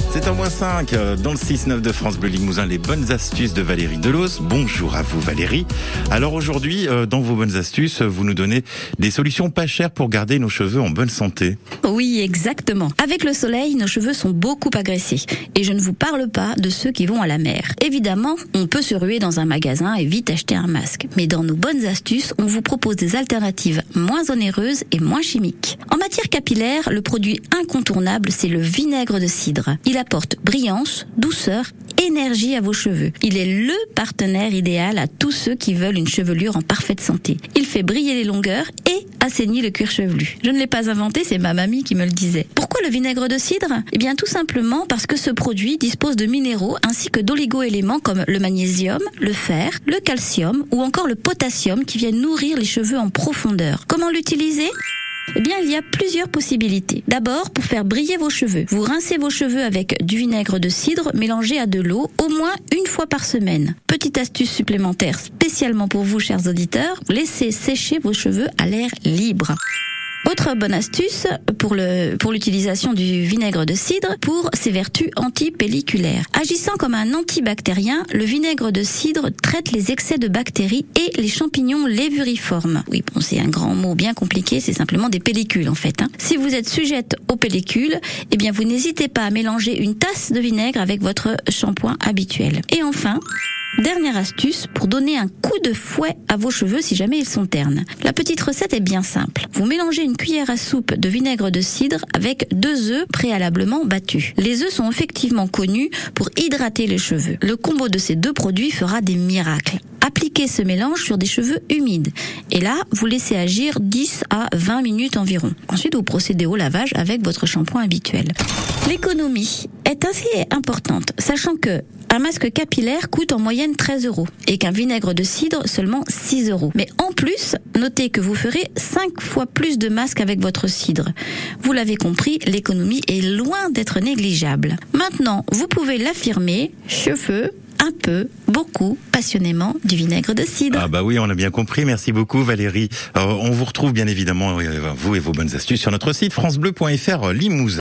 C'est en -5 dans le 6-9 de France Bleu Limousin, les bonnes astuces de Valérie Delos. Bonjour à vous Valérie. Alors aujourd'hui, dans vos bonnes astuces, vous nous donnez des solutions pas chères pour garder nos cheveux en bonne santé. Oui, exactement. Avec le soleil, nos cheveux sont beaucoup agressés. Et je ne vous parle pas de ceux qui vont à la mer. Évidemment, on peut se ruer dans un magasin et vite acheter un masque. Mais dans nos bonnes astuces, on vous propose des alternatives moins onéreuses et moins chimiques. En matière capillaire, le produit incontournable, c'est le vinaigre de cidre. Il apporte brillance, douceur, énergie à vos cheveux. Il est le partenaire idéal à tous ceux qui veulent une chevelure en parfaite santé. Il fait briller les longueurs et assainit le cuir chevelu. Je ne l'ai pas inventé, c'est ma mamie qui me le disait. Pourquoi le vinaigre de cidre ? Eh bien tout simplement parce que ce produit dispose de minéraux ainsi que d'oligo-éléments comme le magnésium, le fer, le calcium ou encore le potassium qui viennent nourrir les cheveux en profondeur. Comment l'utiliser ? Eh bien, il y a plusieurs possibilités. D'abord, pour faire briller vos cheveux, vous rincez vos cheveux avec du vinaigre de cidre mélangé à de l'eau au moins une fois par semaine. Petite astuce supplémentaire spécialement pour vous, chers auditeurs, laissez sécher vos cheveux à l'air libre. Autre bonne astuce pour l'utilisation du vinaigre de cidre pour ses vertus antipelliculaires. Agissant comme un antibactérien, le vinaigre de cidre traite les excès de bactéries et les champignons lévuriformes. Oui, bon, c'est un grand mot bien compliqué, c'est simplement des pellicules en fait. Si vous êtes sujette aux pellicules, eh bien vous n'hésitez pas à mélanger une tasse de vinaigre avec votre shampoing habituel. Et enfin, dernière astuce pour donner un coup de fouet à vos cheveux si jamais ils sont ternes. La petite recette est bien simple. Vous mélangez une cuillère à soupe de vinaigre de cidre avec 2 œufs préalablement battus. Les œufs sont effectivement connus pour hydrater les cheveux. Le combo de ces 2 produits fera des miracles. Appliquez ce mélange sur des cheveux humides. Et là, vous laissez agir 10 à 20 minutes environ. Ensuite, vous procédez au lavage avec votre shampoing habituel. L'économie est assez importante, sachant que un masque capillaire coûte en moyenne 13 € et qu'un vinaigre de cidre seulement 6 €. Mais en plus, notez que vous ferez 5 fois plus de masques avec votre cidre. Vous l'avez compris, l'économie est loin d'être négligeable. Maintenant, vous pouvez l'affirmer, cheveux, un peu, beaucoup, passionnément, du vinaigre de cidre. Ah bah oui, on a bien compris. Merci beaucoup Valérie. On vous retrouve bien évidemment, vous et vos bonnes astuces sur notre site francebleu.fr Limousin.